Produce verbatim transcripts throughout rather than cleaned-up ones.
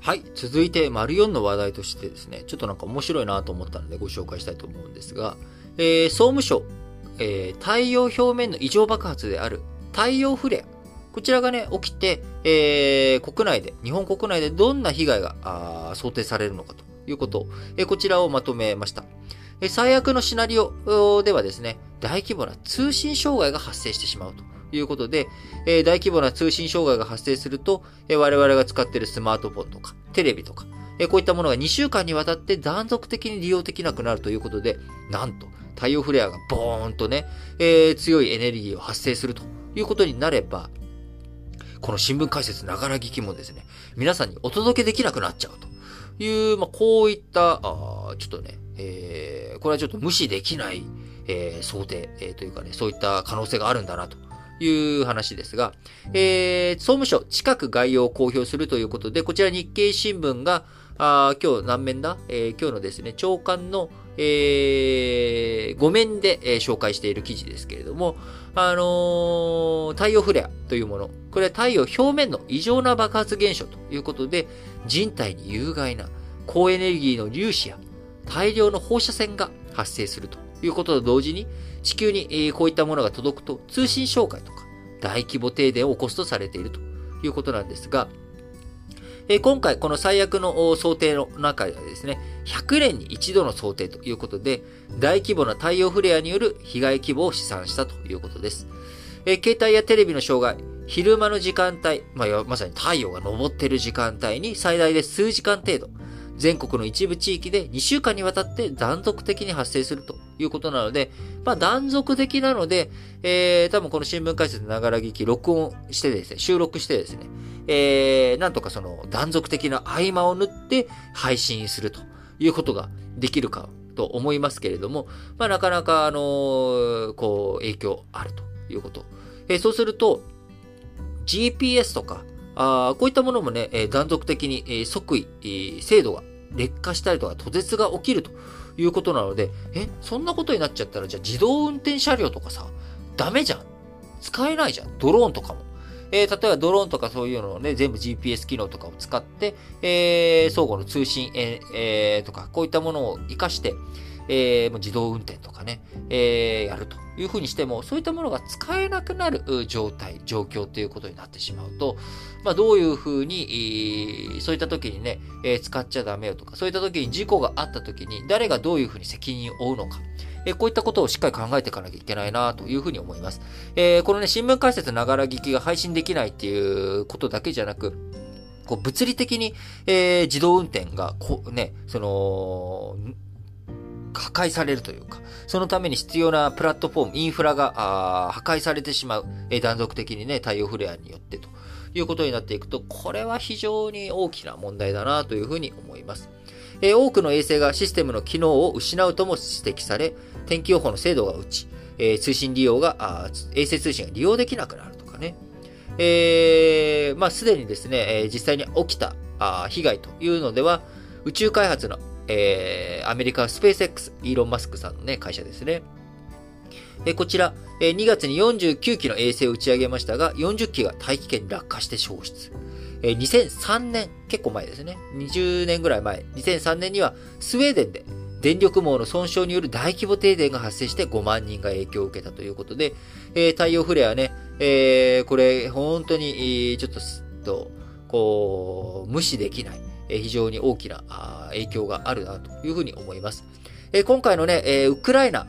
はい。続いて、丸よんの話題としてですね、ちょっとなんか面白いなと思ったのでご紹介したいと思うんですが、えー、総務省、えー、太陽表面の異常爆発である太陽フレア。こちらがね、起きて、えー、国内で、日本国内でどんな被害があ想定されるのかということを、えー、こちらをまとめました。えー、最悪のシナリオではですね、大規模な通信障害が発生してしまうということで、えー、大規模な通信障害が発生すると、えー、我々が使っているスマートフォンとか、テレビとか、えー、こういったものがにしゅうかんにわたって断続的に利用できなくなるということで、なんと、太陽フレアがボーンとね、えー、強いエネルギーを発生するということになれば、この新聞解説ながら聞きもですね、皆さんにお届けできなくなっちゃうという、まあ、こういった、あちょっとね、えー、これはちょっと無視できない、えー、想定、えー、というかね、そういった可能性があるんだなという話ですが、えー、総務省近く概要を公表するということで、こちら日経新聞が、あ今日何面だ、えー、今日のですね、朝刊の、えー、ご面で、えー、紹介している記事ですけれども、あのー、太陽フレアというもの。これは太陽表面の異常な爆発現象ということで、人体に有害な高エネルギーの粒子や大量の放射線が発生するということと同時に、地球に、えー、こういったものが届くと通信障害とか大規模停電を起こすとされているということなんですが、えー、今回この最悪の想定の中ではですね、ひゃくねんに一度の想定ということで、大規模な太陽フレアによる被害規模を試算したということです。えー、携帯やテレビの障害、昼間の時間帯、まあ、まさに太陽が昇っている時間帯に最大で数時間程度、全国の一部地域でにしゅうかんにわたって断続的に発生するということなので、まあ断続的なので、えー、多分この新聞解説ながら聞き、録音してですね、収録してですね、えー、なんとかその断続的な合間を縫って配信するということができるかと思いますけれども、まあなかなかあのー、こう影響あるということ。えー、そうすると、ジーピーエス とか、あこういったものもね、えー、断続的に、えー、即位、えー、精度が劣化したりとか途絶が起きるということなので、え、そんなことになっちゃったら、じゃあ自動運転車両とかさ、ダメじゃん。使えないじゃん。ドローンとかも。えー、例えばドローンとかそういうのをね、全部 ジーピーエス 機能とかを使って、えー、相互の通信、えーえー、とか、こういったものを活かして、えー、自動運転とかね、えー、やるというふうにしても、そういったものが使えなくなる状態、状況ということになってしまうと、まあ、どういうふうに、そういった時にね、えー、使っちゃダメよとか、そういった時に事故があった時に、誰がどういうふうに責任を負うのか、えー、こういったことをしっかり考えていかなきゃいけないなというふうに思います。えー、このね、新聞解説ながら聞きが配信できないっていうことだけじゃなく、こう物理的に、えー、自動運転がこうね、その、破壊されるというか、そのために必要なプラットフォーム、インフラが破壊されてしまう、えー、断続的にね、太陽フレアによってということになっていくと、これは非常に大きな問題だなというふうに思います。えー、多くの衛星がシステムの機能を失うとも指摘され、天気予報の精度が落ち、えー、通信利用が、衛星通信が利用できなくなるとかね。えー、まあ、すでにですね、えー、実際に起きたあ被害というのでは、宇宙開発のえー、アメリカスペース X、イーロン・マスクさんのね、会社ですね。えー、こちら、えー、にがつによんじゅうきゅうきの衛星を打ち上げましたが、よんじゅっきが大気圏に落下して消失。えー、にせんさんねん、結構前ですね。にじゅうねんぐらい前、にせんさんねんにはスウェーデンで電力網の損傷による大規模停電が発生してごまんにんが影響を受けたということで、えー、太陽フレアね、えー、これ本当に、ちょっとすっと、こう、無視できない。非常に大きな影響があるなというふうに思います。今回のね、ウクライナ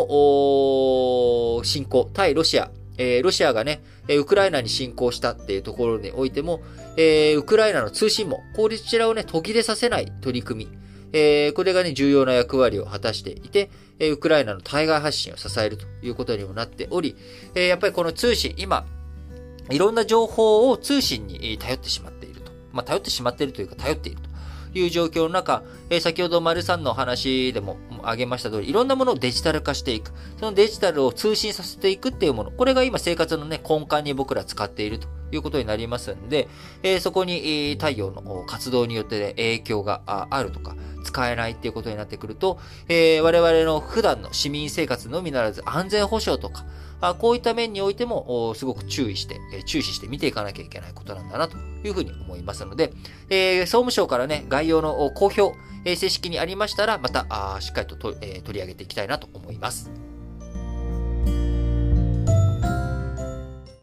の侵攻、対ロシア、ロシアがね、ウクライナに侵攻したっていうところにおいても、ウクライナの通信網、こちらをね、途切れさせない取り組み、これがね、重要な役割を果たしていて、ウクライナの対外発信を支えるということにもなっており、やっぱりこの通信、今、いろんな情報を通信に頼ってしまっている。まあ、頼ってしまっているというか、頼っているという状況の中、えー、先ほど丸さんの話でも挙げました通り、いろんなものをデジタル化していく。そのデジタルを通信させていくっていうもの。これが今生活のね、根幹に僕ら使っているということになりますんで、えー、そこに、えー、太陽の活動によって、ね、影響があるとか、使えないっていうことになってくると、えー、我々の普段の市民生活のみならず安全保障とか、あこういった面においても、すごく注意して、えー、注視して見ていかなきゃいけないことなんだなというふうに思いますので、えー、総務省からね、概要の公表、えー、正式にありましたら、また、あしっかりとと、えー、取り上げていきたいなと思います。